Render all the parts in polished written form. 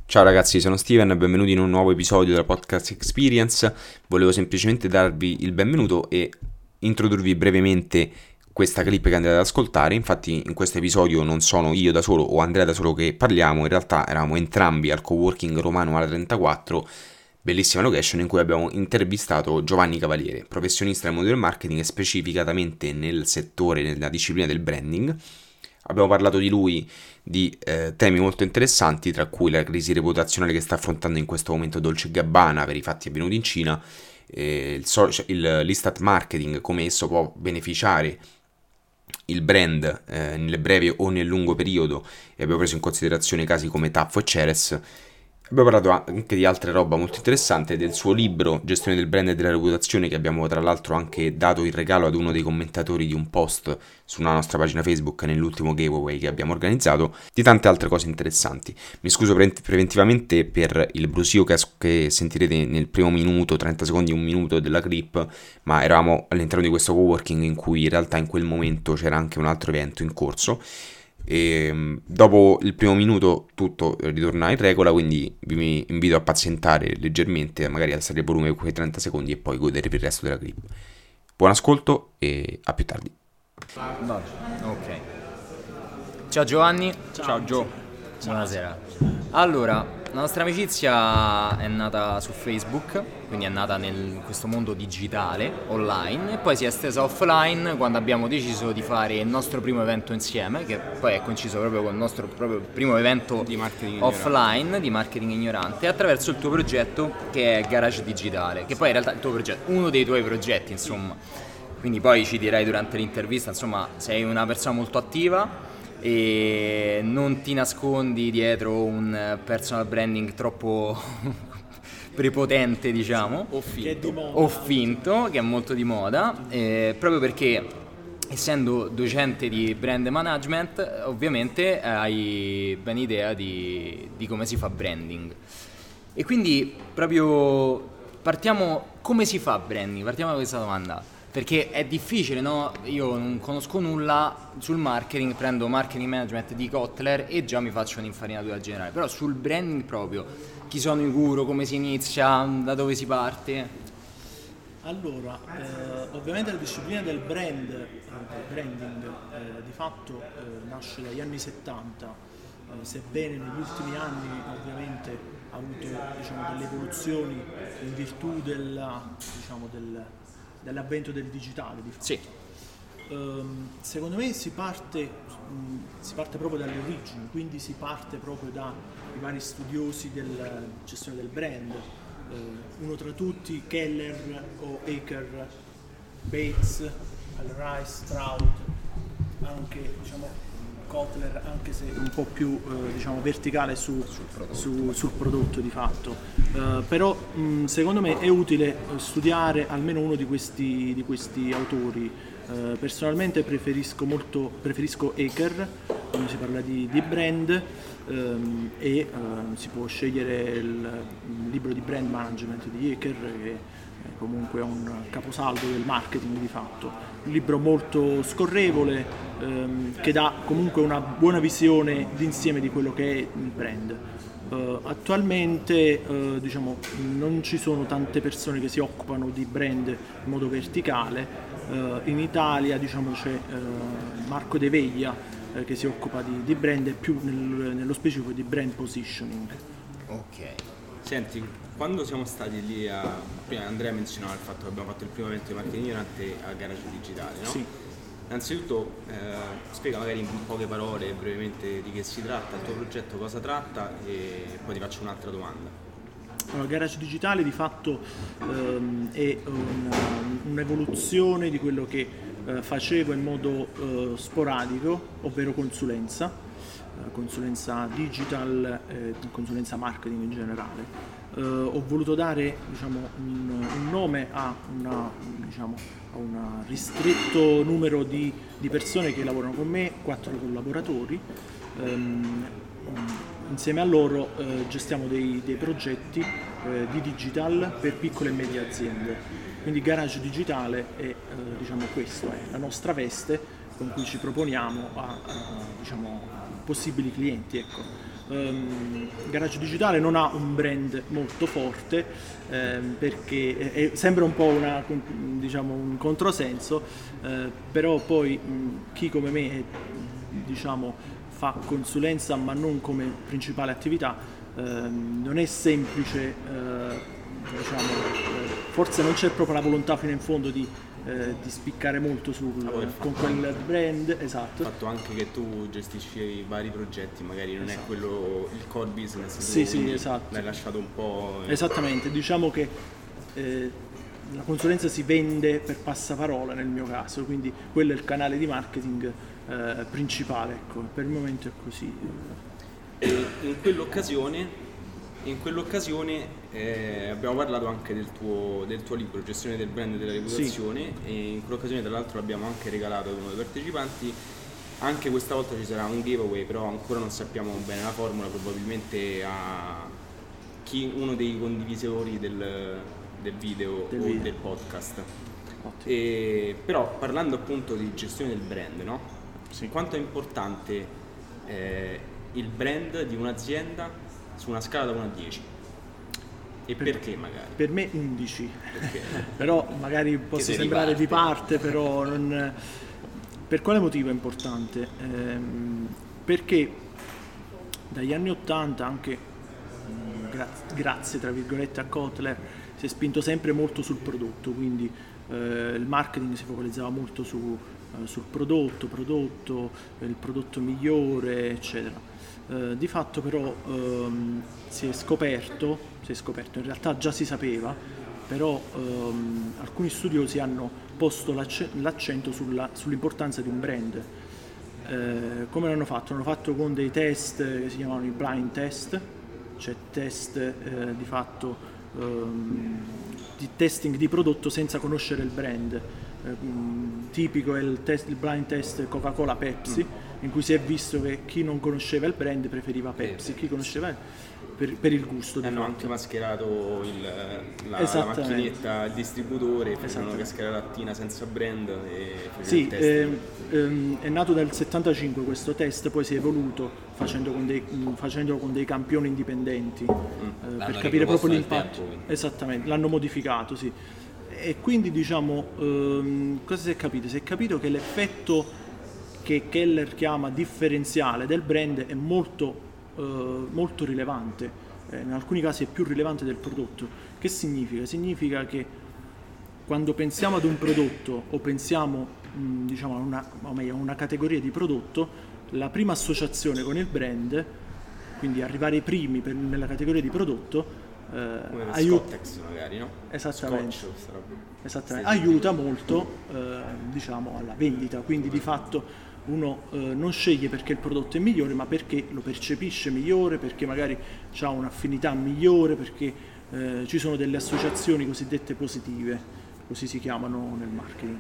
Ciao ragazzi, sono Steven e benvenuti in un nuovo episodio della Podcast Experience. Volevo semplicemente darvi il benvenuto e introdurvi brevemente questa clip che andate ad ascoltare. Infatti in questo episodio non sono io da solo o Andrea da solo che parliamo, in realtà eravamo entrambi al coworking romano Ala 34, bellissima location in cui abbiamo intervistato Giovanni Cavaliere, professionista del mondo del marketing e specificatamente nel settore, nella disciplina del branding. Abbiamo parlato di lui, di temi molto interessanti, tra cui la crisi reputazionale che sta affrontando in questo momento Dolce & Gabbana per i fatti avvenuti in Cina, l'instant marketing, come esso può beneficiare il brand nel breve o nel lungo periodo, e abbiamo preso in considerazione casi come Taffo e Ceres. Abbiamo parlato anche di altre roba molto interessante, del suo libro Gestione del brand e della reputazione, che abbiamo tra l'altro anche dato in regalo ad uno dei commentatori di un post sulla nostra pagina Facebook nell'ultimo giveaway che abbiamo organizzato, di tante altre cose interessanti. Mi scuso preventivamente per il brusio che sentirete nel primo minuto, 30 secondi, un minuto della clip, ma eravamo all'interno di questo coworking in cui in realtà in quel momento c'era anche un altro evento in corso. E dopo il primo minuto tutto ritorna in regola, quindi vi invito a pazientare leggermente, magari alzare il volume quei 30 secondi e poi godere per il resto della clip. Buon ascolto e a più tardi. Ok. Ciao Giovanni. Ciao Gio. Buonasera. Allora, la nostra amicizia è nata su Facebook, quindi è nata in questo mondo digitale, online, e poi si è estesa offline quando abbiamo deciso di fare il nostro primo evento insieme, che poi è coinciso proprio con il nostro proprio primo evento Di marketing offline di marketing ignorante, attraverso il tuo progetto che è Garage Digitale, che poi in realtà è il tuo progetto, uno dei tuoi progetti, insomma. Quindi poi ci dirai durante l'intervista, insomma, sei una persona molto attiva e non ti nascondi dietro un personal branding troppo prepotente, diciamo, o finto, che è molto di moda, proprio perché essendo docente di brand management ovviamente hai ben idea di come si fa branding. E quindi proprio come si fa branding? Partiamo da questa domanda. Perché è difficile, no? Io non conosco nulla sul marketing, prendo marketing management di Kotler e già mi faccio un'infarinatura generale. Però sul branding proprio, chi sono i guru, come si inizia, da dove si parte? Allora, ovviamente la disciplina del branding di fatto nasce dagli anni 70, sebbene negli ultimi anni ovviamente ha avuto delle evoluzioni in virtù dell'avvento del digitale di fatto. Sì. Secondo me si parte proprio dalle origini, quindi si parte proprio dai vari studiosi della gestione del brand, uno tra tutti Keller o Aker, Bates, Rice, Stroud, anche Kotler, anche se un po' più verticale sul prodotto di fatto. Però secondo me è utile studiare almeno uno di questi autori. Personalmente preferisco Aker quando si parla di brand, si può scegliere il libro di brand management di Aker, che è comunque un caposaldo del marketing di fatto, un libro molto scorrevole, che dà comunque una buona visione d'insieme di quello che è il brand. Attualmente non ci sono tante persone che si occupano di brand in modo verticale. In Italia c'è Marco De Veglia che si occupa di brand e più nello specifico di brand positioning. Ok. Senti, quando siamo stati lì prima Andrea menzionava il fatto che abbiamo fatto il primo evento di marketing ignorante a Garage Digitale, no? Sì. Innanzitutto spiega magari in poche parole brevemente di che si tratta, il tuo progetto cosa tratta, e poi ti faccio un'altra domanda. Allora, Garage Digitale di fatto è un'evoluzione di quello che facevo in modo sporadico, ovvero consulenza digital, consulenza marketing in generale. Ho voluto dare un nome a un ristretto numero di persone che lavorano con me, 4 collaboratori. Insieme a loro gestiamo dei progetti di digital per piccole e medie aziende. Quindi Garage Digitale è questo, è la nostra veste con cui ci proponiamo a possibili clienti, ecco. Garage Digitale non ha un brand molto forte, perché sembra un po' un controsenso, però poi chi come me diciamo, fa consulenza ma non come principale attività, non è semplice, forse non c'è proprio la volontà fino in fondo di spiccare molto con quel brand, esatto. Il fatto anche che tu gestisci i vari progetti, magari non esatto. è quello il core business, Sì, esatto. l'hai lasciato un po'. Esattamente, diciamo che la consulenza si vende per passaparola nel mio caso, quindi quello è il canale di marketing principale, ecco, per il momento è così. E in quell'occasione abbiamo parlato anche del tuo libro Gestione del brand e della reputazione, sì. E in quell'occasione tra l'altro l'abbiamo anche regalato ad uno dei partecipanti. Anche questa volta ci sarà un giveaway, però ancora non sappiamo bene la formula, probabilmente a uno dei condivisori del video o del podcast. Però parlando appunto di gestione del brand, no? Sì. Quanto è importante il brand di un'azienda su una scala da 1 a 10? E perché magari? Per me 11, però magari posso sembrare di parte, però non... Per quale motivo è importante? Perché dagli anni 80 anche grazie tra virgolette a Kotler si è spinto sempre molto sul prodotto, quindi il marketing si focalizzava molto sul prodotto, il prodotto migliore, eccetera. Di fatto però si è scoperto, in realtà già si sapeva, però alcuni studiosi hanno posto l'accento sull'importanza di un brand. Come l'hanno fatto? L'hanno fatto con dei test che si chiamano i blind test, cioè test di fatto di testing di prodotto senza conoscere il brand. Tipico è il blind test Coca-Cola Pepsi, in cui si è visto che chi non conosceva il brand preferiva Pepsi, chi conosceva per il gusto. Hanno anche mascherato la macchinetta, il distributore, facevano cascare la lattina senza brand e sì, il test. È nato nel 75 questo test, poi si è evoluto facendolo con dei campioni indipendenti per capire proprio l'impatto. Esattamente, l'hanno modificato, sì. E quindi diciamo cosa si è capito? Si è capito che l'effetto che Keller chiama differenziale del brand è molto rilevante, in alcuni casi è più rilevante del prodotto. Che significa? Significa che quando pensiamo ad un prodotto o pensiamo diciamo a una categoria di prodotto, la prima associazione con il brand, quindi arrivare ai primi nella categoria di prodotto, Scottex magari, no? Esattamente, aiuta molto diciamo alla vendita, quindi di fatto uno non sceglie perché il prodotto è migliore, ma perché lo percepisce migliore, perché magari ha un'affinità migliore, perché ci sono delle associazioni cosiddette positive, così si chiamano nel marketing.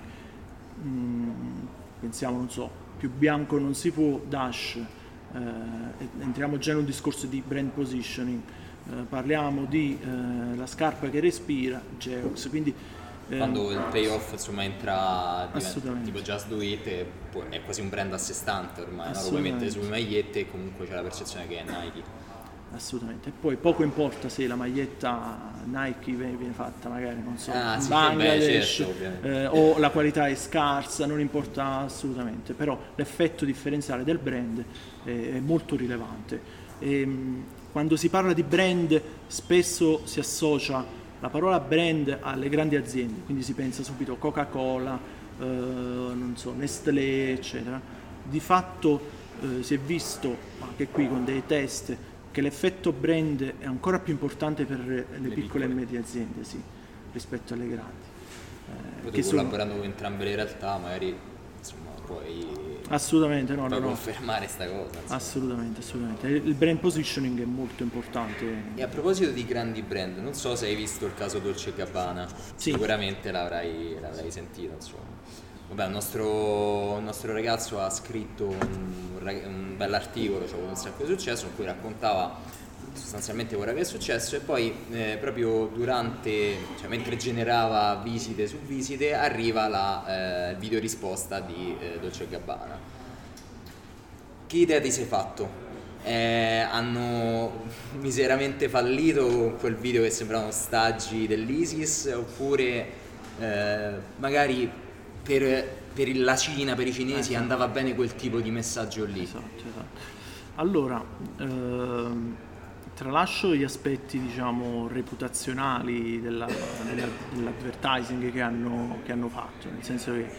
Pensiamo, non so, più bianco non si può, Dash, entriamo già in un discorso di brand positioning. Parliamo di la scarpa che respira, Geox, quindi quando il payoff insomma entra tipo Just Do It è quasi un brand a sé stante ormai, no? Lo puoi mettere sulle magliette e comunque c'è la percezione che è Nike. Assolutamente, e poi poco importa se la maglietta Nike viene fatta magari, non so, in sì, Bangladesh, certo, o la qualità è scarsa, non importa assolutamente, però l'effetto differenziale del brand è molto rilevante. Quando si parla di brand spesso si associa la parola brand alle grandi aziende, quindi si pensa subito Coca-Cola, non so, Nestlé, eccetera. Di fatto si è visto anche qui con dei test che l'effetto brand è ancora più importante per le piccole e medie aziende, sì, rispetto alle grandi. Poi collaborando con entrambe le realtà magari insomma puoi assolutamente confermare sta cosa. Assolutamente. Il brand positioning è molto importante. E a proposito di grandi brand, non so se hai visto il caso Dolce & Gabbana, sì. Sicuramente l'avrai sentito, insomma. Vabbè, il nostro ragazzo ha scritto un bell'articolo, cioè un sacco di successo, in cui raccontava sostanzialmente quello che è successo e poi proprio mentre generava visite su visite arriva il video risposta di Dolce & Gabbana. Che idea ti sei fatto hanno miseramente fallito con quel video che sembravano ostaggi dell'ISIS, oppure magari per la Cina, per i cinesi andava bene quel tipo di messaggio lì. Esatto. Allora, tralascio gli aspetti, diciamo, reputazionali dell'advertising che hanno fatto, nel senso che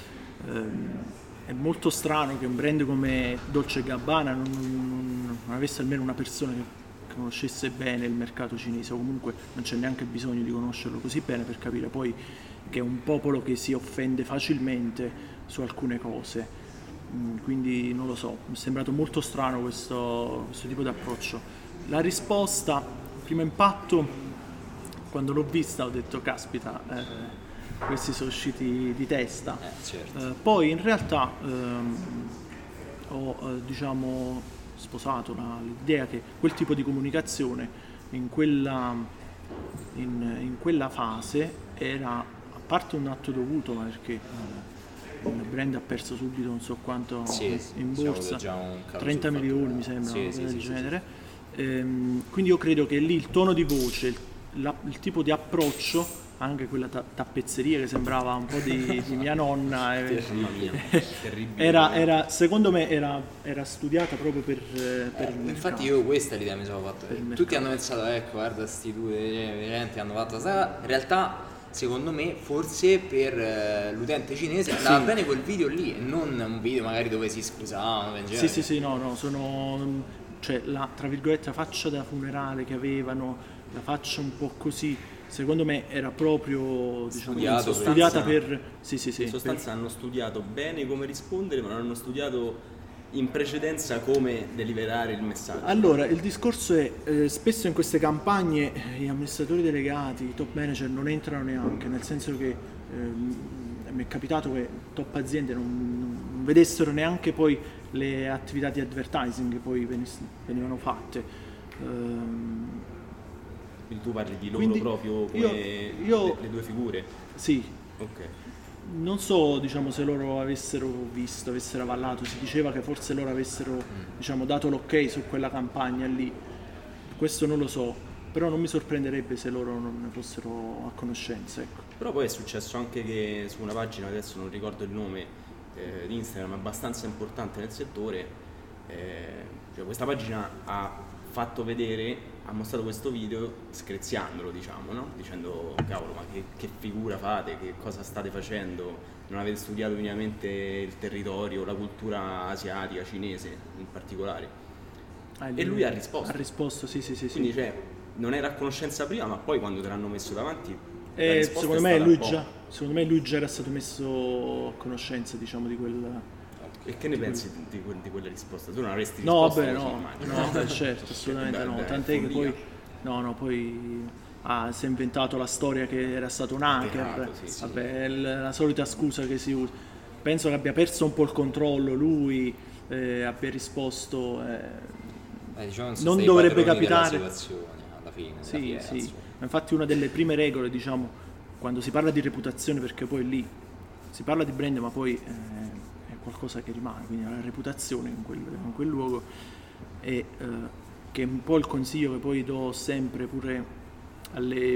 è molto strano che un brand come Dolce & Gabbana non avesse almeno una persona che conoscesse bene il mercato cinese, o comunque non c'è neanche bisogno di conoscerlo così bene per capire poi che è un popolo che si offende facilmente su alcune cose. Quindi non lo so, mi è sembrato molto strano questo tipo di approccio. La risposta, primo impatto, quando l'ho vista ho detto caspita, questi sono usciti di testa. Certo. Poi in realtà ho diciamo sposato l'idea che quel tipo di comunicazione in quella fase era, a parte un atto dovuto, ma perché il brand ha perso subito non so quanto in borsa, 30 milioni mi sembra, del genere. Quindi io credo che lì il tono di voce, il tipo di approccio, anche quella tappezzeria che sembrava un po' di mia nonna, era secondo me era studiata proprio per il mercato. Infatti io questa l'idea mi sono fatta. Tutti hanno pensato, ecco, guarda sti due veramente hanno fatto questa. In realtà secondo me forse per l'utente cinese andava bene quel video lì e non un video magari dove si scusavano. Sì, no, sono, cioè la, tra virgolette, la faccia da funerale che avevano, la faccia un po' così, secondo me era proprio, diciamo, studiata per... Sì, in sostanza hanno studiato bene come rispondere, ma non hanno studiato in precedenza come deliberare il messaggio. Allora, il discorso è, spesso in queste campagne gli amministratori delegati, i top manager non entrano neanche, nel senso che mi è capitato che top aziende non vedessero neanche poi le attività di advertising che poi venivano fatte. Quindi tu parli di loro proprio come le due figure? Sì. Ok. Non so, diciamo, se loro avessero avallato, si diceva che forse loro avessero, diciamo, dato l'ok su quella campagna lì, questo non lo so, però non mi sorprenderebbe se loro non ne fossero a conoscenza, ecco. Però poi è successo anche che su una pagina, adesso non ricordo il nome, di Instagram abbastanza importante nel settore, cioè questa pagina ha mostrato questo video screziandolo, diciamo, no? Dicendo cavolo, ma che figura fate, che cosa state facendo, non avete studiato minimamente il territorio, la cultura asiatica, cinese in particolare. E lui ha risposto. Sì. Quindi cioè, non era a conoscenza prima, ma poi quando te l'hanno messo davanti secondo me lui già era stato messo a conoscenza, diciamo, di quel... E che ne pensi di quella risposta? Tu non avresti risposto? No, certo, assolutamente no. Tant'è che poi poi si è inventato la storia che era stato un hacker. Vabbè, la solita scusa che si usa. Penso che abbia perso un po' il controllo lui, abbia risposto. Diciamo, non dovrebbe capitare. Alla fine. Sì. Infatti una delle prime regole, diciamo, quando si parla di reputazione, perché poi lì si parla di brand, ma poi qualcosa che rimane, quindi la reputazione in quel luogo, e che è un po' il consiglio che poi do sempre pure alle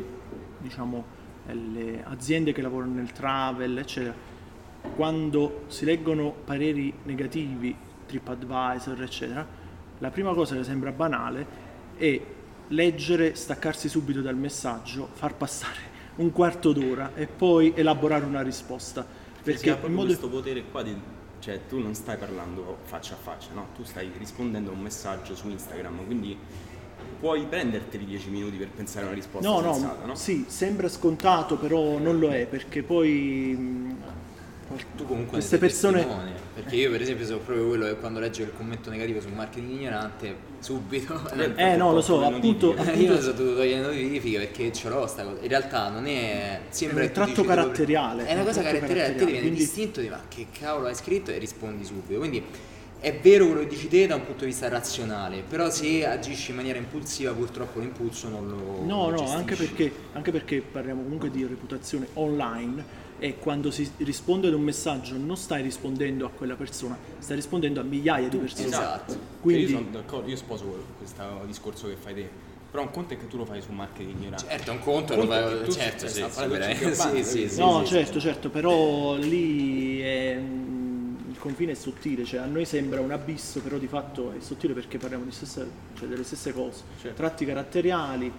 aziende che lavorano nel travel, eccetera. Quando si leggono pareri negativi, TripAdvisor, eccetera, la prima cosa che sembra banale è leggere, staccarsi subito dal messaggio, far passare un quarto d'ora e poi elaborare una risposta, perché ha proprio questo potere qua cioè tu non stai parlando faccia a faccia, no? Tu stai rispondendo a un messaggio su Instagram, quindi puoi prenderti 10 minuti per pensare a una risposta sensata, no? Sì, sembra scontato, però non lo è, perché poi tu comunque queste persone, perché io per esempio sono proprio quello che quando leggo il commento negativo su marketing ignorante subito lo so, appunto io sono dovuto togliere le notifiche perché ce l'ho sta cosa, in realtà non è, sembra è un tratto caratteriale, è una cosa caratteriale, te viene quindi... distinto di ma che cavolo hai scritto e rispondi subito, quindi è vero quello che dici te da un punto di vista razionale, però se agisci in maniera impulsiva purtroppo l'impulso non lo No, gestisci. anche perché parliamo comunque di reputazione online, e quando si risponde ad un messaggio non stai rispondendo a quella persona, stai rispondendo a migliaia di persone. Esatto. Quindi Io sono d'accordo, io sposo questo discorso che fai te, però un conto è che tu lo fai su marketing ignorante. Certo, un conto Un lo conto è fai, che tu certo, stai a sì, fare veramente, Dolce & sì, no, sì. certo, però lì il confine è sottile, cioè a noi sembra un abisso, però di fatto è sottile perché parliamo delle stesse cose, Certo. tratti caratteriali,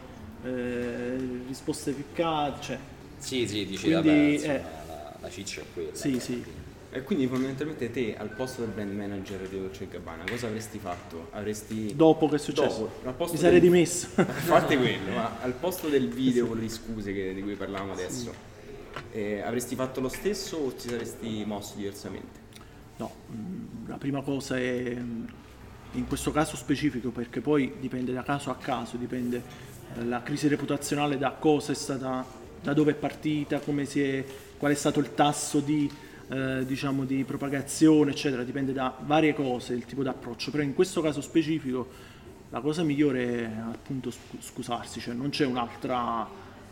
risposte ficcate, cioè Sì, dici, Quindi, vabbè, insomma, la ciccia è quella. sì. E quindi fondamentalmente te al posto del brand manager di Dolce & Gabbana cosa avresti fatto? Avresti Dopo che è successo Dopo, al posto mi sarei del- dimesso. A parte quello, ma al posto del video con le scuse di cui parlavamo adesso, avresti fatto lo stesso o ti saresti mosso diversamente? No, la prima cosa è in questo caso specifico, perché poi dipende da caso a caso, dipende la crisi reputazionale da cosa è stata, da dove è partita, qual è stato il tasso di diciamo di propagazione, eccetera, dipende da varie cose, il tipo di approccio, però in questo caso specifico la cosa migliore è appunto scusarsi, cioè non c'è un'altra.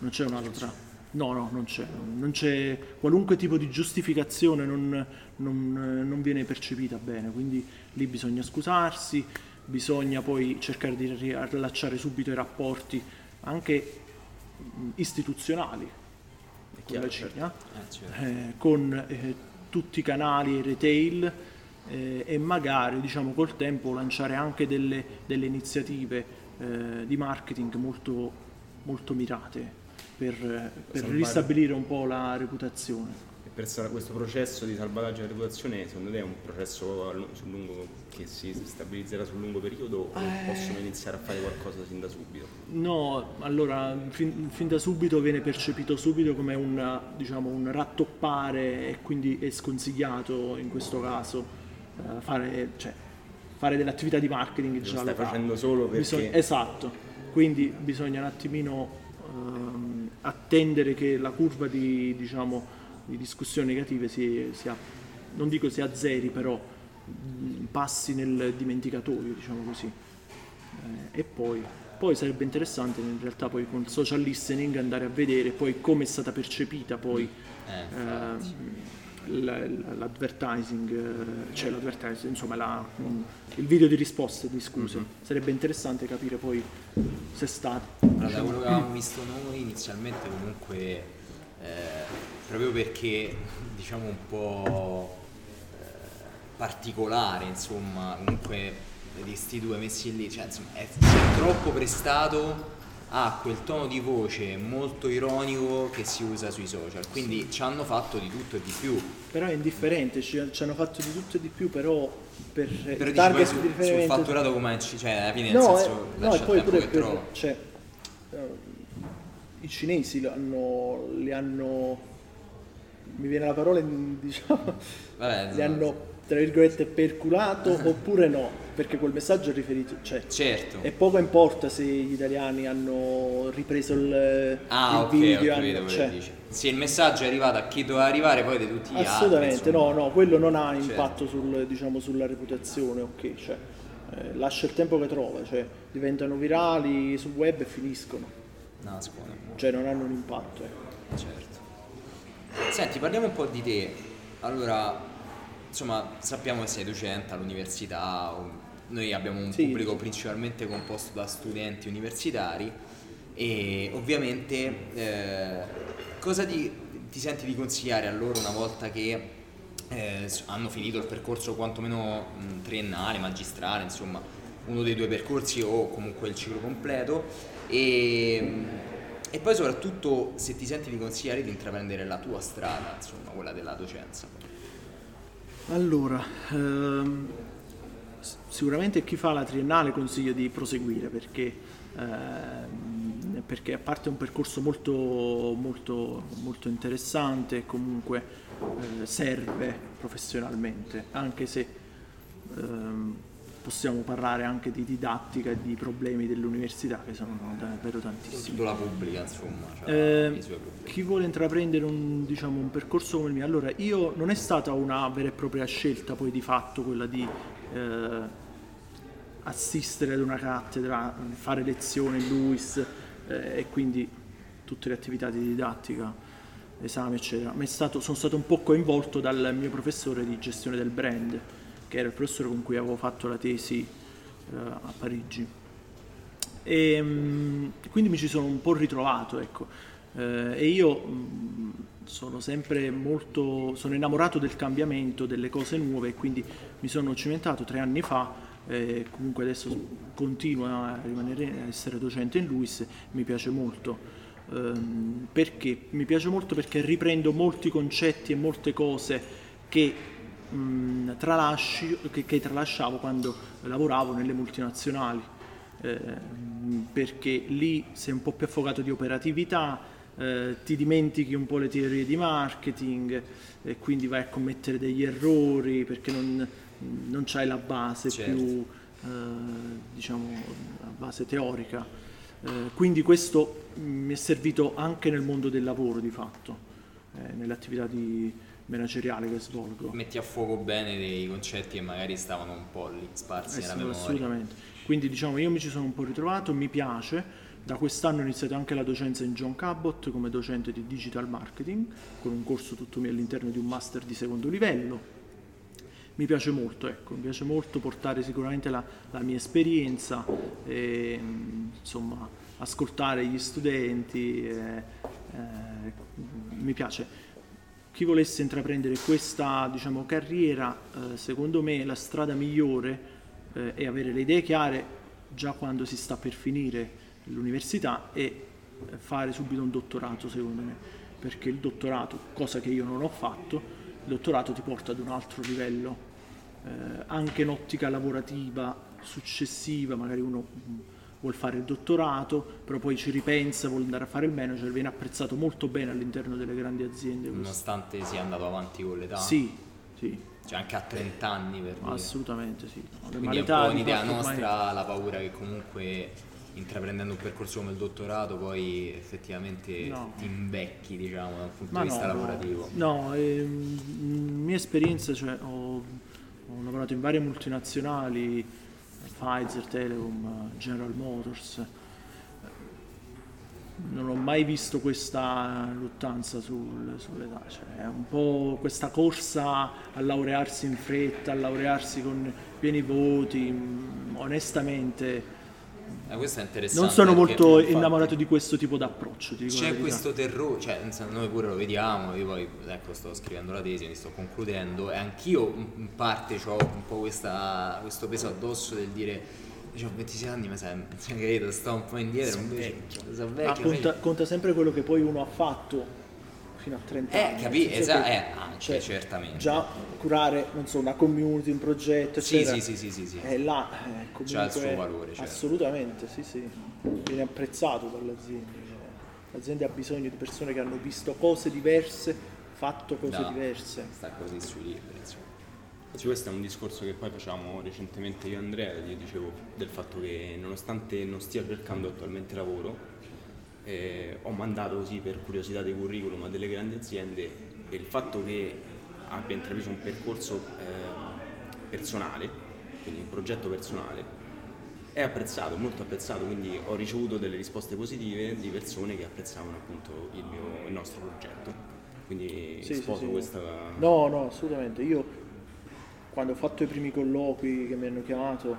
No, non c'è qualunque tipo di giustificazione, non viene percepita bene, quindi lì bisogna scusarsi, bisogna poi cercare di riallacciare subito i rapporti anche istituzionali con la Cina, certo. con tutti i canali retail, e magari diciamo col tempo lanciare anche delle iniziative di marketing molto, molto mirate per ristabilire un po' la reputazione. E per questo processo di salvataggio della reputazione, secondo te è un processo che si stabilizzerà sul lungo periodo o possono iniziare a fare qualcosa sin da subito? No, allora fin da subito viene percepito subito come un rattoppare, e quindi è sconsigliato in questo caso fare dell'attività di marketing già Lo stai locale. facendo solo perché... Esatto, quindi bisogna un attimino attendere che la curva di discussioni negative non dico si azzeri, però passi nel dimenticatoio, diciamo così. E poi sarebbe interessante in realtà poi con social listening andare a vedere poi come è stata percepita poi l'advertising, insomma il video di risposte di scuse. Sarebbe interessante capire poi se è stato. Allora, da quello che avevamo visto noi inizialmente comunque, proprio perché diciamo un po' particolare, insomma, comunque di sti due messi lì, cioè insomma si è troppo prestato a quel tono di voce molto ironico che si usa sui social, quindi ci hanno fatto di tutto e di più. Però è indifferente, ci hanno fatto di tutto e di più, però per Però il dici target poi di sul riferimento. fatturato come cioè alla fine nel No, senso no, e lascia il poi tempo pure che trova. cioè, i cinesi li hanno, mi viene la parola, diciamo, Vabbè, li hanno tra virgolette perculato oppure no, perché quel messaggio è riferito, cioè, certo. e poco importa se gli italiani hanno ripreso il Ok, video, ho capito quello cioè, che dici. Sì, il messaggio è arrivato a chi doveva arrivare, poi di tutti gli altri. assolutamente, insomma. no, quello non ha Certo. impatto sulla reputazione, ok, cioè, lascia il tempo che trova, cioè diventano virali sul web e finiscono, No, scuola. cioè non hanno un impatto, ecco. Certo. Senti, parliamo un po' di te. Allora, insomma, sappiamo che sei docente all'università, noi abbiamo un Sì, pubblico sì. principalmente composto da studenti universitari e ovviamente cosa ti senti di consigliare a loro una volta che hanno finito il percorso quantomeno triennale, magistrale, insomma, uno dei due percorsi o comunque il ciclo completo e poi soprattutto se ti senti di consigliare di intraprendere la tua strada, insomma, quella della docenza. Allora, sicuramente chi fa la triennale consiglio di proseguire perché a parte è un percorso molto, molto, molto interessante e comunque serve professionalmente, anche se possiamo parlare anche di didattica e di problemi dell'università che sono davvero tantissimi. Soprattutto la pubblica, insomma, cioè i suoi problemi. Chi vuole intraprendere un percorso come il mio, allora io non è stata una vera e propria scelta poi di fatto quella di assistere ad una cattedra, fare lezione in LUIS e quindi tutte le attività di didattica, esami eccetera. Ma sono stato un po' coinvolto dal mio professore di gestione del brand, che era il professore con cui avevo fatto la tesi a Parigi, e quindi mi ci sono un po' ritrovato, ecco. E io sono sempre sono innamorato del cambiamento, delle cose nuove, e quindi mi sono cimentato 3 anni fa, comunque adesso continuo a essere docente in LUIS. Mi piace molto, perché mi piace molto perché riprendo molti concetti e molte cose che tralasciavo quando lavoravo nelle multinazionali, perché lì sei un po' più affogato di operatività, ti dimentichi un po' le teorie di marketing e quindi vai a commettere degli errori perché non c'hai la base più diciamo la base teorica, quindi questo mi è servito anche nel mondo del lavoro, di fatto, nell'attività manageriale che svolgo. Metti a fuoco bene dei concetti che magari stavano un po' lì sparsi nella memoria. Assolutamente. Quindi diciamo io mi ci sono un po' ritrovato, mi piace. Da quest'anno ho iniziato anche la docenza in John Cabot come docente di digital marketing, con un corso tutto mio all'interno di un master di secondo livello. Mi piace molto, ecco, mi piace molto portare sicuramente la mia esperienza, e, insomma, ascoltare gli studenti, mi piace. Chi volesse intraprendere questa, diciamo, carriera, secondo me la strada migliore è avere le idee chiare già quando si sta per finire l'università e fare subito un dottorato, secondo me, perché il dottorato, cosa che io non ho fatto, il dottorato ti porta ad un altro livello, anche in ottica lavorativa successiva. Magari uno vuol fare il dottorato, però poi ci ripensa, vuole andare a fare il manager, viene apprezzato molto bene all'interno delle grandi aziende. Nonostante sia andato avanti con l'età? Sì. Cioè anche a 30 anni, per dire. Assolutamente sì. Quindi è un po' un'idea nostra, la paura che comunque intraprendendo un percorso come il dottorato poi effettivamente ti invecchi, diciamo, dal punto di vista lavorativo. No, mia esperienza, cioè, ho lavorato in varie multinazionali, Pfizer, Telecom, General Motors. Non ho mai visto questa luttanza sull'età, cioè è un po' questa corsa a laurearsi in fretta, a laurearsi con pieni voti. Onestamente questo è interessante, non sono molto innamorato di questo tipo d'approccio. C'è questo terrore, cioè noi pure lo vediamo, io poi ecco sto scrivendo la tesi, mi sto concludendo e anch'io in parte ho un po' questo peso addosso del dire ho 26 anni, ma credo, sto un po' indietro, sono vecchio. Conta sempre quello che poi uno ha fatto fino a 30 anni. Anche certamente. Già curare, non so, una community, un progetto, eccetera. Sì. È là, comunque c'ha il suo valore, certo. Assolutamente, sì. Viene apprezzato dall'azienda. L'azienda ha bisogno di persone che hanno visto cose diverse, fatto cose diverse. Sta così sui libri, insomma. Sì, questo è un discorso che poi facciamo recentemente io e Andrea, io dicevo del fatto che nonostante non stia cercando attualmente lavoro, ho mandato così per curiosità dei curriculum a delle grandi aziende, e il fatto che abbia intrapreso un percorso personale, quindi un progetto personale, è apprezzato, molto apprezzato, quindi ho ricevuto delle risposte positive di persone che apprezzavano appunto il nostro progetto, quindi sposo questa... No, assolutamente. Io quando ho fatto i primi colloqui che mi hanno chiamato,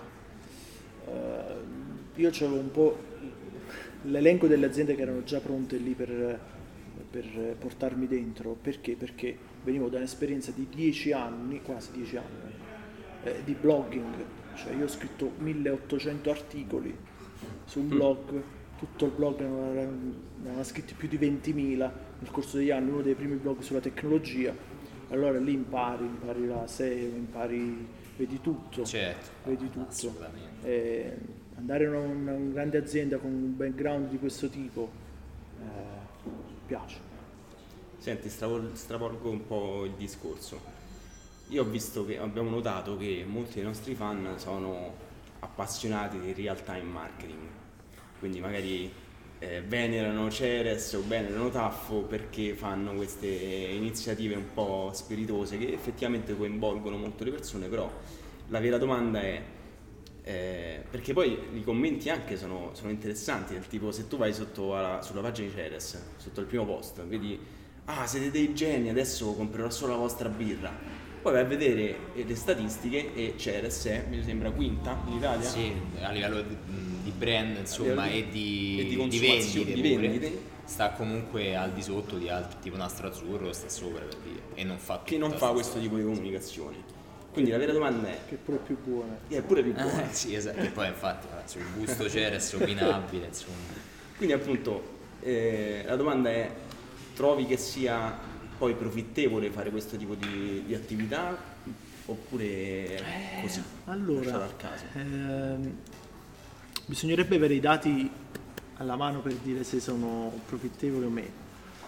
io c'avevo un po' l'elenco delle aziende che erano già pronte lì per portarmi dentro. Perché? Perché venivo da un'esperienza di 10 anni, quasi 10 anni, di blogging. Cioè io ho scritto 1800 articoli su un blog, tutto il blog ne aveva scritti più di 20.000 nel corso degli anni, uno dei primi blog sulla tecnologia. Allora lì impari la SEO, vedi tutto. Certo, vedi tutto. Assolutamente. Andare in una grande azienda con un background di questo tipo piace. Senti, stravolgo un po' il discorso. Io abbiamo notato che molti dei nostri fan sono appassionati di real time marketing, quindi magari venerano Ceres o venerano Taffo perché fanno queste iniziative un po' spiritose che effettivamente coinvolgono molto le persone, però la vera domanda è perché poi i commenti anche sono interessanti, del tipo se tu vai sulla pagina di Ceres, sotto il primo post, vedi siete dei geni, adesso comprerò solo la vostra birra, poi vai a vedere le statistiche e Ceres è, mi sembra, quinta in Italia. Sì, a livello di brand, insomma, e di consumazione, vendite sta comunque al di sotto di altri, tipo Nastro Azzurro sta sopra, per dire, e non fa questo tipo di comunicazione. Quindi la vera domanda è che è pure più buona. È pure più buona. Sì, esatto, e poi infatti sul gusto Ceres opinabile, insomma. Quindi appunto la domanda è: trovi che sia poi profittevole fare questo tipo di attività oppure così? Allora, al caso? bisognerebbe avere i dati alla mano per dire se sono profittevoli o meno.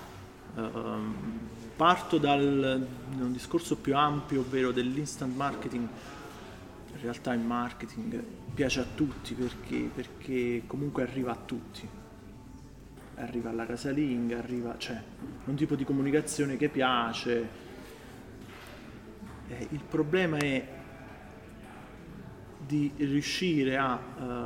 Parto da un discorso più ampio, ovvero dell'instant marketing. In realtà il marketing piace a tutti perché comunque arriva a tutti, arriva alla casalinga, cioè un tipo di comunicazione che piace. Il problema è di riuscire ad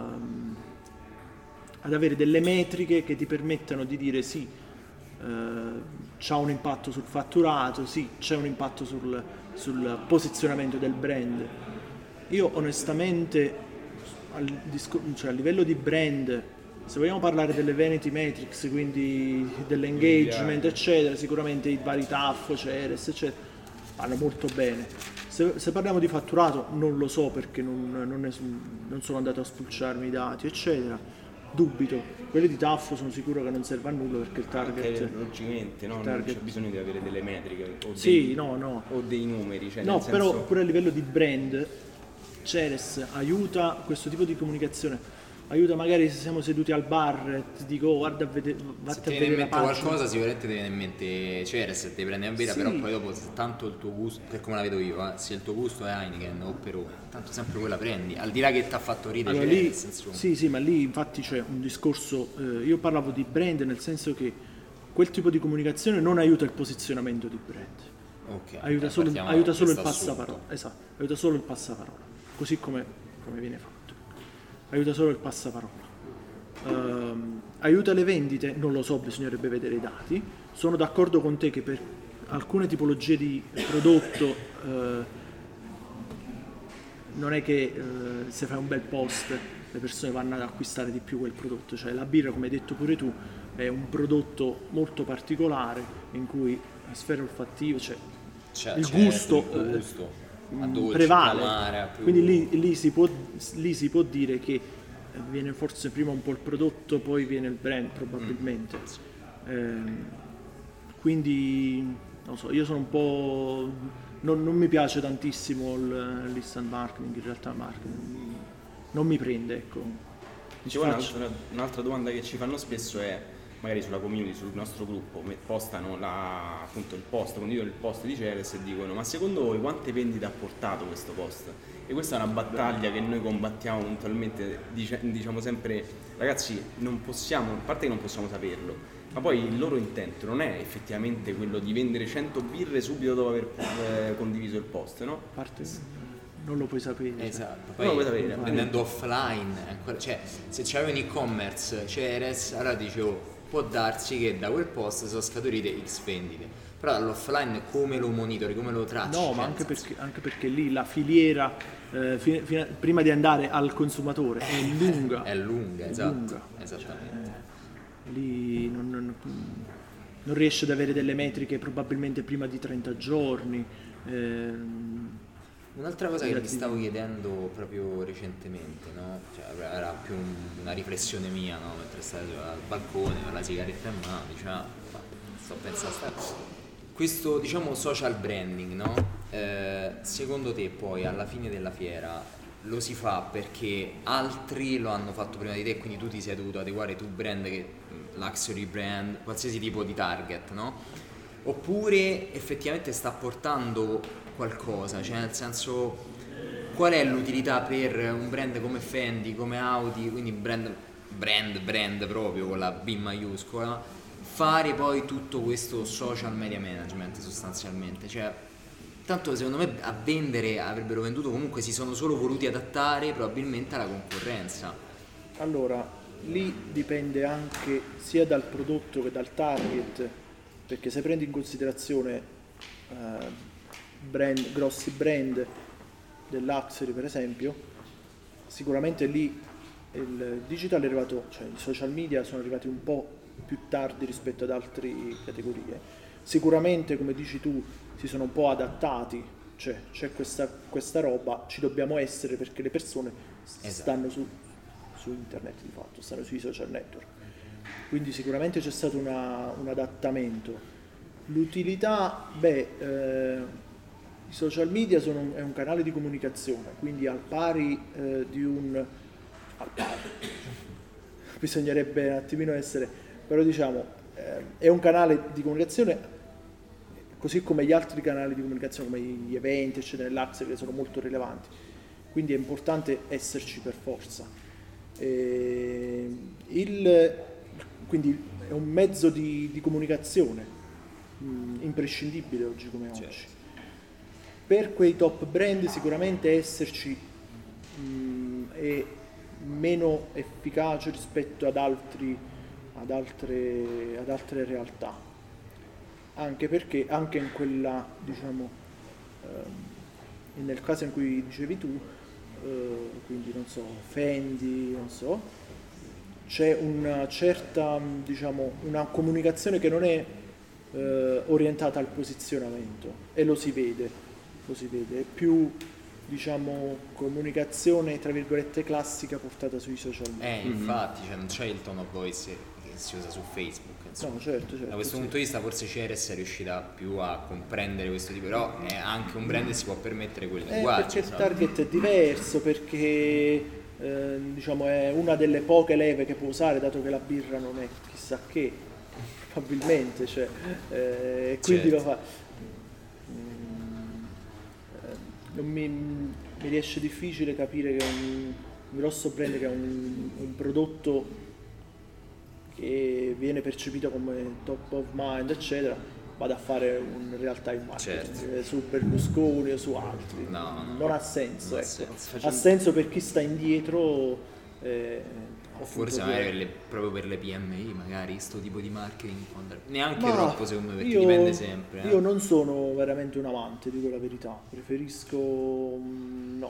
avere delle metriche che ti permettano di dire sì, c'ha un impatto sul fatturato, sì, c'è un impatto sul posizionamento del brand. Io onestamente a livello di brand, se vogliamo parlare delle vanity metrics, quindi dell'engagement eccetera, sicuramente i vari TAF, Ceres eccetera vanno molto bene. Se parliamo di fatturato non lo so perché non sono andato a spulciarmi i dati eccetera. Dubito, quelli di TAF sono sicuro che non serve a nulla perché il target logicamente non c'è bisogno di avere delle metriche o o dei numeri, cioè no, nel però senso... pure a livello di brand Ceres aiuta questo tipo di comunicazione, aiuta magari se siamo seduti al bar e ti dico guarda vatti a vedere la pagina. Qualcosa sicuramente ti viene in mente Ceres e ti prendi una birra, sì. Però poi dopo se tanto il tuo gusto, per come la vedo io, se il tuo gusto è Heineken o Peroni, tanto sempre quella prendi, al di là che ti ha fatto ridere allora, Ceres, insomma. Sì, ma lì infatti c'è un discorso, io parlavo di brand nel senso che quel tipo di comunicazione non aiuta il posizionamento di brand. Okay, aiuta solo il passaparola, esatto, aiuta solo il passaparola, così come viene fatto. Aiuta solo il passaparola. Aiuta le vendite? Non lo so, bisognerebbe vedere i dati. Sono d'accordo con te che per alcune tipologie di prodotto non è che se fai un bel post le persone vanno ad acquistare di più quel prodotto. Cioè la birra, come hai detto pure tu, è un prodotto molto particolare in cui la sfera olfattiva, cioè il gusto dolce, prevale, amara, quindi lì si può dire che viene forse prima un po' il prodotto, poi viene il brand probabilmente. Quindi non so, io sono un po' non mi piace tantissimo l'instant marketing, in realtà marketing non mi prende, ecco. Un'altra domanda che ci fanno spesso è magari sulla community, sul nostro gruppo, postano appunto il post, condividono il post di Ceres e dicono: ma secondo voi quante vendite ha portato questo post? E questa è una battaglia che noi combattiamo puntualmente, diciamo sempre: ragazzi, non possiamo, a parte che non possiamo saperlo, ma poi il loro intento non è effettivamente quello di vendere 100 birre subito dopo aver condiviso il post, no? A parte non lo puoi sapere. Esatto, poi non lo puoi sapere. Vendendo offline, cioè se c'avevi un e-commerce Ceres, allora dicevo può darsi che da quel post sono scaturite X vendite, però dall'offline come lo monitori, come lo tracci? No, ma anche perché lì la filiera prima di andare al consumatore è lunga. È lunga, esatto. Esattamente. Lì non riesce ad avere delle metriche probabilmente prima di 30 giorni. Un'altra cosa che mi stavo chiedendo proprio recentemente, no? Cioè, era più una riflessione mia, no? Mentre stavo al balcone con la sigaretta in mano, diciamo, sto pensando questo, diciamo, social branding, no? Secondo te poi alla fine della fiera lo si fa perché altri lo hanno fatto prima di te, quindi tu ti sei dovuto adeguare tu brand, che luxury brand, qualsiasi tipo di target, no? Oppure effettivamente sta portando qualcosa, cioè nel senso, qual è l'utilità per un brand come Fendi, come Audi, quindi brand proprio con la B maiuscola, fare poi tutto questo social media management sostanzialmente? Cioè Tanto secondo me a vendere avrebbero venduto comunque, si sono solo voluti adattare probabilmente alla concorrenza. Allora, lì dipende anche sia dal prodotto che dal target, perché se prendi in considerazione grossi brand dell'Luxury per esempio, sicuramente lì il digital è arrivato, cioè i social media sono arrivati un po' più tardi rispetto ad altre categorie. Sicuramente, come dici tu, si sono un po' adattati, cioè c'è questa roba, ci dobbiamo essere perché le persone stanno su internet di fatto, stanno sui social network. Quindi sicuramente c'è stato un adattamento. L'utilità, i social media è un canale di comunicazione, quindi al pari bisognerebbe un attimino essere, però diciamo è un canale di comunicazione così come gli altri canali di comunicazione, come gli eventi, eccetera, l'Axe, che sono molto rilevanti. Quindi è importante esserci per forza. Quindi è un mezzo di comunicazione imprescindibile oggi come oggi. Certo. Per quei top brand sicuramente esserci è meno efficace rispetto ad altre realtà. Anche perché anche in quella, diciamo, nel caso in cui dicevi tu, quindi non so, Fendi, non so, c'è una certa, diciamo, una comunicazione che non è orientata al posizionamento e lo si vede, è più, diciamo, comunicazione tra virgolette classica portata sui social media. Infatti, cioè, non c'è il tone of voice che si usa su Facebook, insomma. No, certo, Da questo punto di vista forse Ceres è riuscita più a comprendere questo tipo, però è anche un brand che si può permettere quel linguaggio. Perché il target è diverso, perché diciamo è una delle poche leve che può usare, dato che la birra non è chissà che, probabilmente, cioè, quindi certo. lo fa. Non mi riesce difficile capire che un grosso brand che ha un prodotto che viene percepito come top of mind, eccetera, vada a fare un real time marketing su Berlusconi o su altri. No. Non ha senso. Non ha ecco. senso. Ha senso per chi sta indietro. O forse magari proprio per le PMI, magari sto tipo di marketing neanche troppo, secondo me, perché dipende sempre. Io non sono veramente un amante, dico la verità, preferisco no.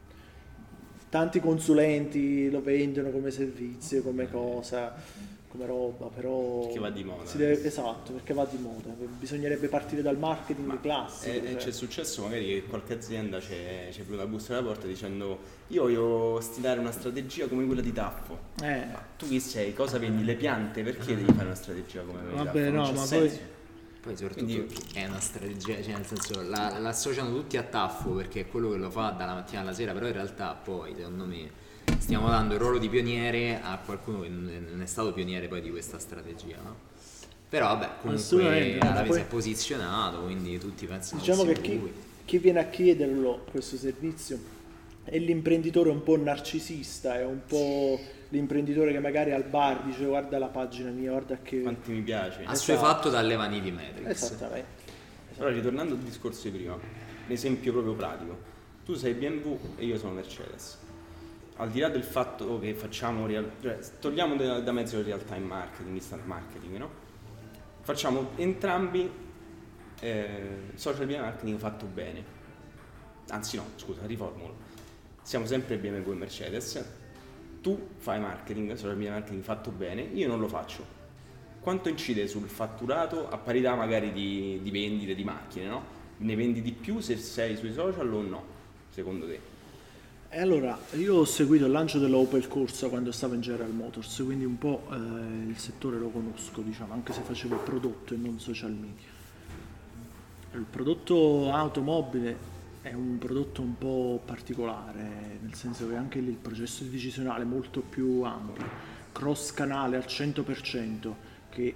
Tanti consulenti lo vendono come servizio, come cosa, come roba, però che va di moda. Esatto, perché va di moda. Bisognerebbe partire dal marketing classico. C'è successo magari che qualche azienda c'è venuta a bussare alla porta dicendo: io voglio stilare una strategia come quella di Taffo. Ma tu chi sei? Cosa vendi? Le piante? Perché devi fare una strategia come quella di Taffo? No, ma poi soprattutto è una strategia, cioè nel senso l'associano tutti a Taffo perché è quello che lo fa dalla mattina alla sera, però in realtà poi secondo me stiamo dando il ruolo di pioniere a qualcuno che non è stato pioniere poi di questa strategia, no? Però vabbè, comunque si è posizionato, quindi tutti pensano, diciamo che chi viene a chiederlo questo servizio è l'imprenditore un po' narcisista, è un po' l'imprenditore che magari al bar dice: guarda la pagina mia, guarda che quanti mi piace, assuefatto dalle Vanity Metrics. Esattamente. Allora, ritornando al discorso di prima, un esempio proprio pratico: tu sei BMW e io sono Mercedes. Al di là del fatto che facciamo togliamo da mezzo il real time marketing, instant marketing, no? Facciamo entrambi social media marketing fatto bene. Anzi no, scusa, riformulo. Siamo sempre BMW e Mercedes. Tu fai marketing, social media marketing fatto bene, io non lo faccio. Quanto incide sul fatturato a parità magari di vendite di macchine, no? Ne vendi di più se sei sui social o no, secondo te? E allora, io ho seguito il lancio dell'Opel Corsa quando stavo in General Motors, quindi un po' il settore lo conosco, diciamo, anche se facevo il prodotto e non social media. Il prodotto automobile è un prodotto un po' particolare, nel senso che anche lì il processo decisionale è molto più ampio, cross canale al 100% che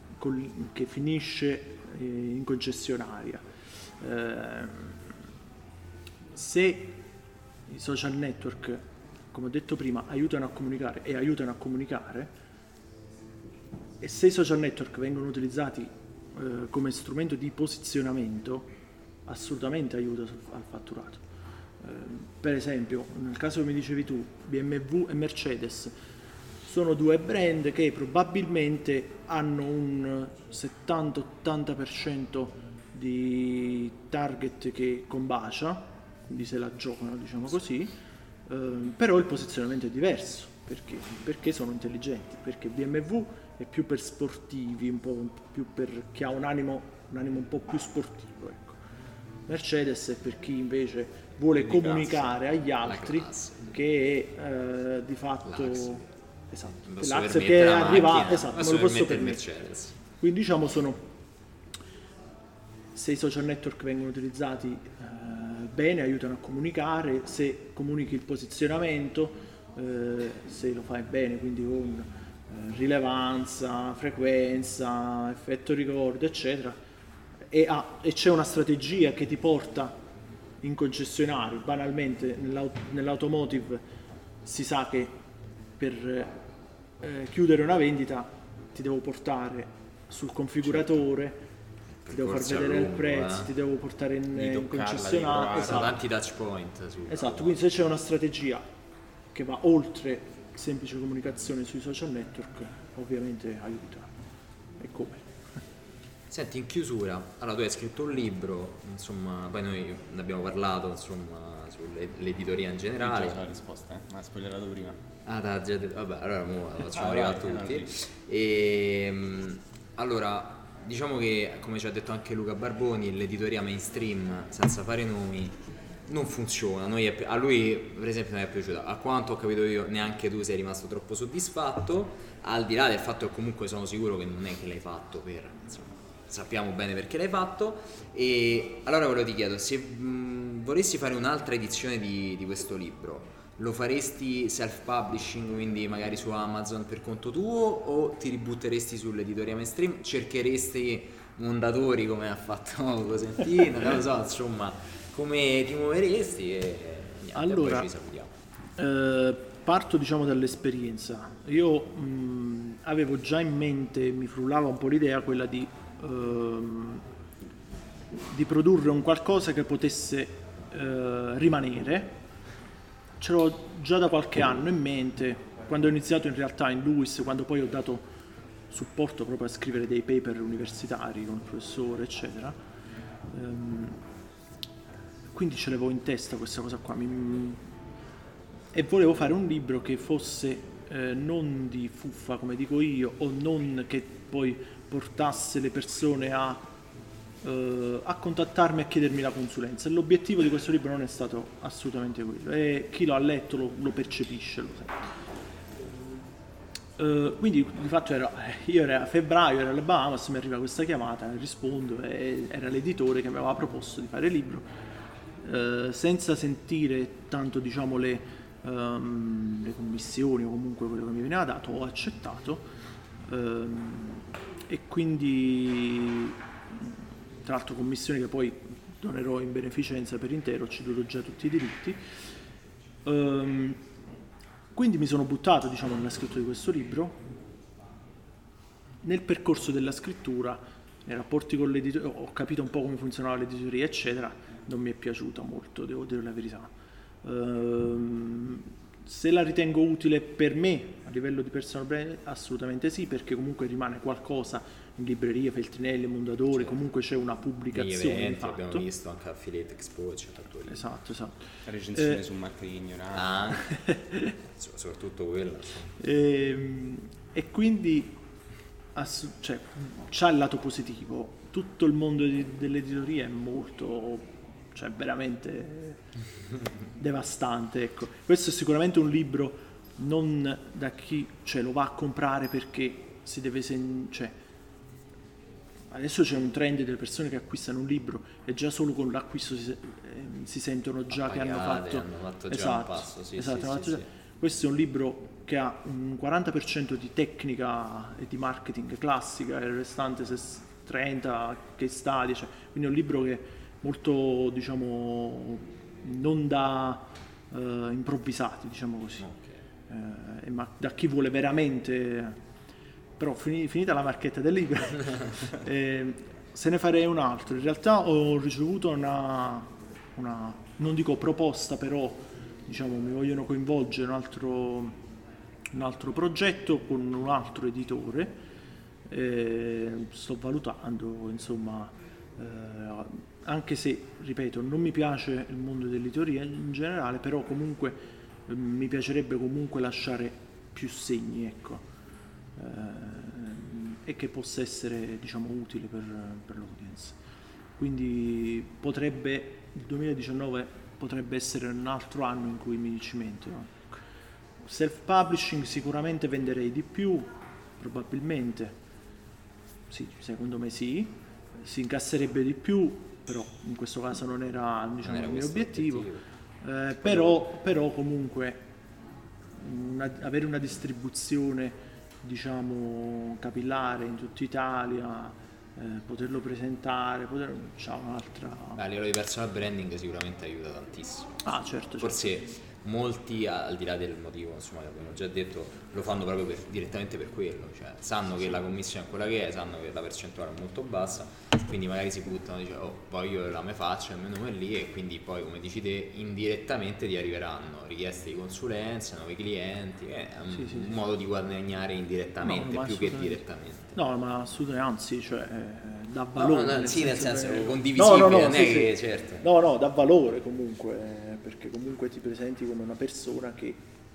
finisce in concessionaria. Se i social network, come ho detto prima, aiutano a comunicare, e se i social network vengono utilizzati come strumento di posizionamento, assolutamente aiuta al fatturato. Per esempio, nel caso che mi dicevi tu, BMW e Mercedes sono due brand che probabilmente hanno un 70-80% di target che combacia, quindi se la giocano, diciamo così, però il posizionamento è diverso. Perché sono intelligenti, perché BMW è più per sportivi, un po' più per chi ha un animo un po' più sportivo, ecco. Mercedes è per chi invece vuole comunicare agli altri che è di fatto l'Axe che arriva, esatto, me lo posso permettere. Quindi diciamo se i social network vengono utilizzati bene, aiutano a comunicare, se comunichi il posizionamento, se lo fai bene, quindi con rilevanza, frequenza, effetto ricordo, eccetera, e c'è una strategia che ti porta in concessionario. Banalmente nell'automotive si sa che per chiudere una vendita ti devo portare sul configuratore, ti devo far vedere il prezzo, ti devo portare in concessionario, esatto. Tanti touch point esatto, quindi se c'è una strategia che va oltre semplice comunicazione sui social network, ovviamente aiuta. E come? Senti, in chiusura, allora tu hai scritto un libro, insomma, poi noi ne abbiamo parlato, insomma, sull'editoria in generale. Già la risposta, ma hai spoilerato prima. Ah, già detto, vabbè, allora mo la facciamo arrivare a tutti. Allora, diciamo che, come ci ha detto anche Luca Barboni, l'editoria mainstream, senza fare nomi, non funziona. A lui per esempio non è piaciuta, a quanto ho capito io neanche tu sei rimasto troppo soddisfatto, al di là del fatto che comunque sono sicuro che non è che l'hai fatto per, insomma, sappiamo bene perché l'hai fatto. E allora ti chiedo, se volessi fare un'altra edizione di questo libro, lo faresti self-publishing, quindi magari su Amazon per conto tuo, o ti ributteresti sull'editoria mainstream, cercheresti Mondadori come ha fatto Cosentino, non lo so, insomma, come ti muoveresti? E niente, allora, poi ci salutiamo. Parto diciamo dall'esperienza. Io avevo già in mente, mi frullava un po' l'idea quella di produrre un qualcosa che potesse rimanere. Ce l'ho già da qualche anno in mente, quando ho iniziato in realtà in LUISS, quando poi ho dato supporto proprio a scrivere dei paper universitari con il professore, eccetera. Quindi ce l'avevo in testa questa cosa qua, e volevo fare un libro che fosse non di fuffa, come dico io, o non che poi portasse le persone a contattarmi, a chiedermi la consulenza. L'obiettivo di questo libro non è stato assolutamente quello, e chi lo ha letto lo percepisce, lo sa. Quindi di fatto era a febbraio, ero alle Bahamas, mi arriva questa chiamata, rispondo, e era l'editore che mi aveva proposto di fare il libro, senza sentire tanto diciamo le commissioni o comunque quello che mi veniva dato. Ho accettato, e quindi, tra l'altro, commissioni che poi donerò in beneficenza per intero, ho ceduto già tutti i diritti. Quindi mi sono buttato diciamo nella scrittura di questo libro. Nel percorso della scrittura, nei rapporti con l'editore, ho capito un po' come funzionava l'editoria, eccetera. Non mi è piaciuta molto, devo dire la verità. Se la ritengo utile per me a livello di personal brand, assolutamente sì, perché comunque rimane qualcosa in libreria, Feltrinelli, Mondadori, sì. Comunque c'è una pubblicazione. Gli eventi abbiamo visto anche Affiliate Expo, eccetera. Esatto. La recensione su marketing ignorante. Soprattutto quella. E quindi c'ha il lato positivo. Tutto il mondo dell'editoria è molto, veramente devastante, ecco. Questo è sicuramente un libro non da chi lo va a comprare perché si deve adesso c'è un trend delle persone che acquistano un libro e già solo con l'acquisto si sentono già che hanno fatto già un passo. Sì. Questo è un libro che ha un 40% di tecnica e di marketing classica e il restante 30 che sta, quindi è un libro che molto, diciamo, non da improvvisati, diciamo così. Okay. Ma da chi vuole veramente, però finita la marchetta del libro, se ne farei un altro. In realtà ho ricevuto una non dico proposta, però diciamo mi vogliono coinvolgere un altro progetto con un altro editore. Sto valutando, insomma, anche se, ripeto, non mi piace il mondo dell'editoria in generale, però comunque mi piacerebbe comunque lasciare più segni, ecco. E che possa essere, diciamo, utile per l'audience. Quindi il 2019 potrebbe essere un altro anno in cui mi cimento. Self-publishing sicuramente venderei di più, probabilmente, sì, secondo me sì, si incasserebbe di più, però in questo caso non era, diciamo, il mio obiettivo. Però comunque avere una distribuzione, diciamo, capillare in tutta Italia, poterlo presentare, c'ha un'altra... A livello di personal branding sicuramente aiuta tantissimo. Certo. Forse molti, al di là del motivo, insomma, che abbiamo già detto, lo fanno proprio direttamente per quello, cioè sanno che la commissione è quella che è, sanno che la percentuale è molto bassa, quindi magari si buttano, dice voglio la mia faccia, il mio nome è lì, e quindi poi, come dici te, indirettamente ti arriveranno richieste di consulenza, nuovi clienti, è un modo di guadagnare indirettamente più che direttamente. No, ma assolutamente, anzi, cioè dà valore. Nel senso condivisibile, non è che certo. No, dà valore comunque, perché comunque ti presenti come una persona che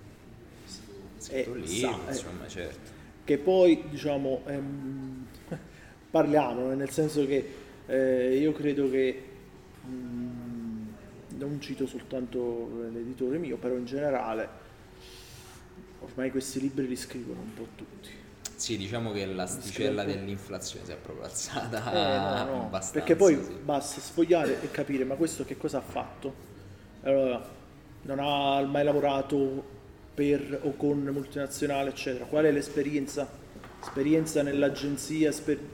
insomma, certo. Che poi, diciamo, parliamo, nel senso che io credo che non cito soltanto l'editore mio, però in generale ormai questi libri li scrivono un po' tutti. Sì, diciamo che l'asticella dell'inflazione si è proprio alzata abbastanza. Perché poi basta sfogliare e capire, ma questo che cosa ha fatto? Allora, non ha mai lavorato per o con multinazionale, eccetera. Qual è l'esperienza? Esperienza nell'agenzia,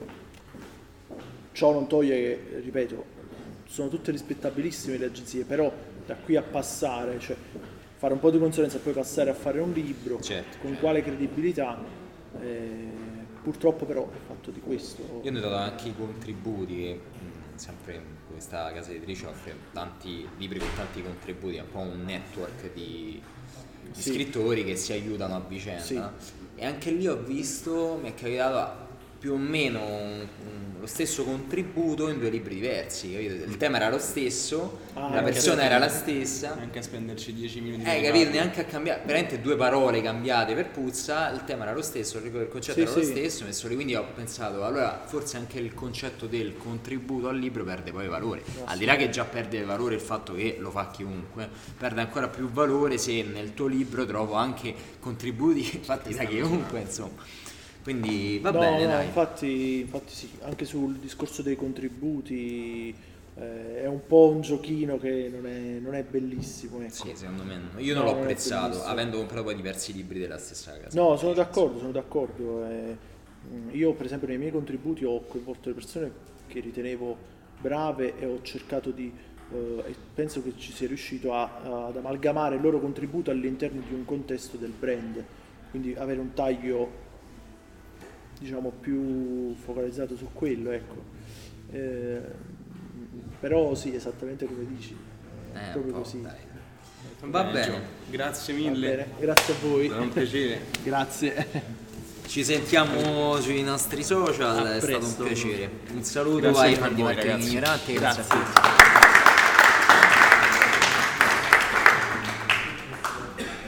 ciò non toglie che, ripeto, sono tutte rispettabilissime le agenzie, però da qui a passare, cioè fare un po' di consulenza e poi passare a fare un libro, con quale credibilità? Purtroppo però è fatto di questo. Io ho notato anche i contributi che sempre questa casa editrice offre tanti libri con tanti contributi, è un po' un network di scrittori che si aiutano a vicenda, e anche lì ho visto, mi è capitato più o meno lo stesso contributo in due libri diversi, capito? Il tema era lo stesso, la persona era la stessa, neanche a spenderci 10 minuti capito, neanche a cambiare, veramente due parole cambiate per puzza, il tema era lo stesso, il concetto era lo stesso, messo lì, quindi ho pensato, allora forse anche il concetto del contributo al libro perde poi valore, al di là che già perde valore il fatto che lo fa chiunque, perde ancora più valore se nel tuo libro trovo anche contributi fatti da chiunque, insomma. Quindi va bene, dai. Infatti sì, anche sul discorso dei contributi è un po' un giochino che non è bellissimo, ecco. Sì, secondo me no. Io non l'ho apprezzato, avendo comprato poi diversi libri della stessa casa. No, sono d'accordo. Io per esempio nei miei contributi ho coinvolto le persone che ritenevo brave e ho cercato di e penso che ci sia riuscito ad amalgamare il loro contributo all'interno di un contesto del brand, quindi avere un taglio, diciamo, più focalizzato su quello, ecco. Però sì, esattamente come dici, proprio così. Dai. Va bene. Grazie mille. Bene. Grazie a voi. È un piacere. Grazie. Ci sentiamo sui nostri social, è stato un piacere. Un saluto ai fan di Marketing Ignorante. Grazie.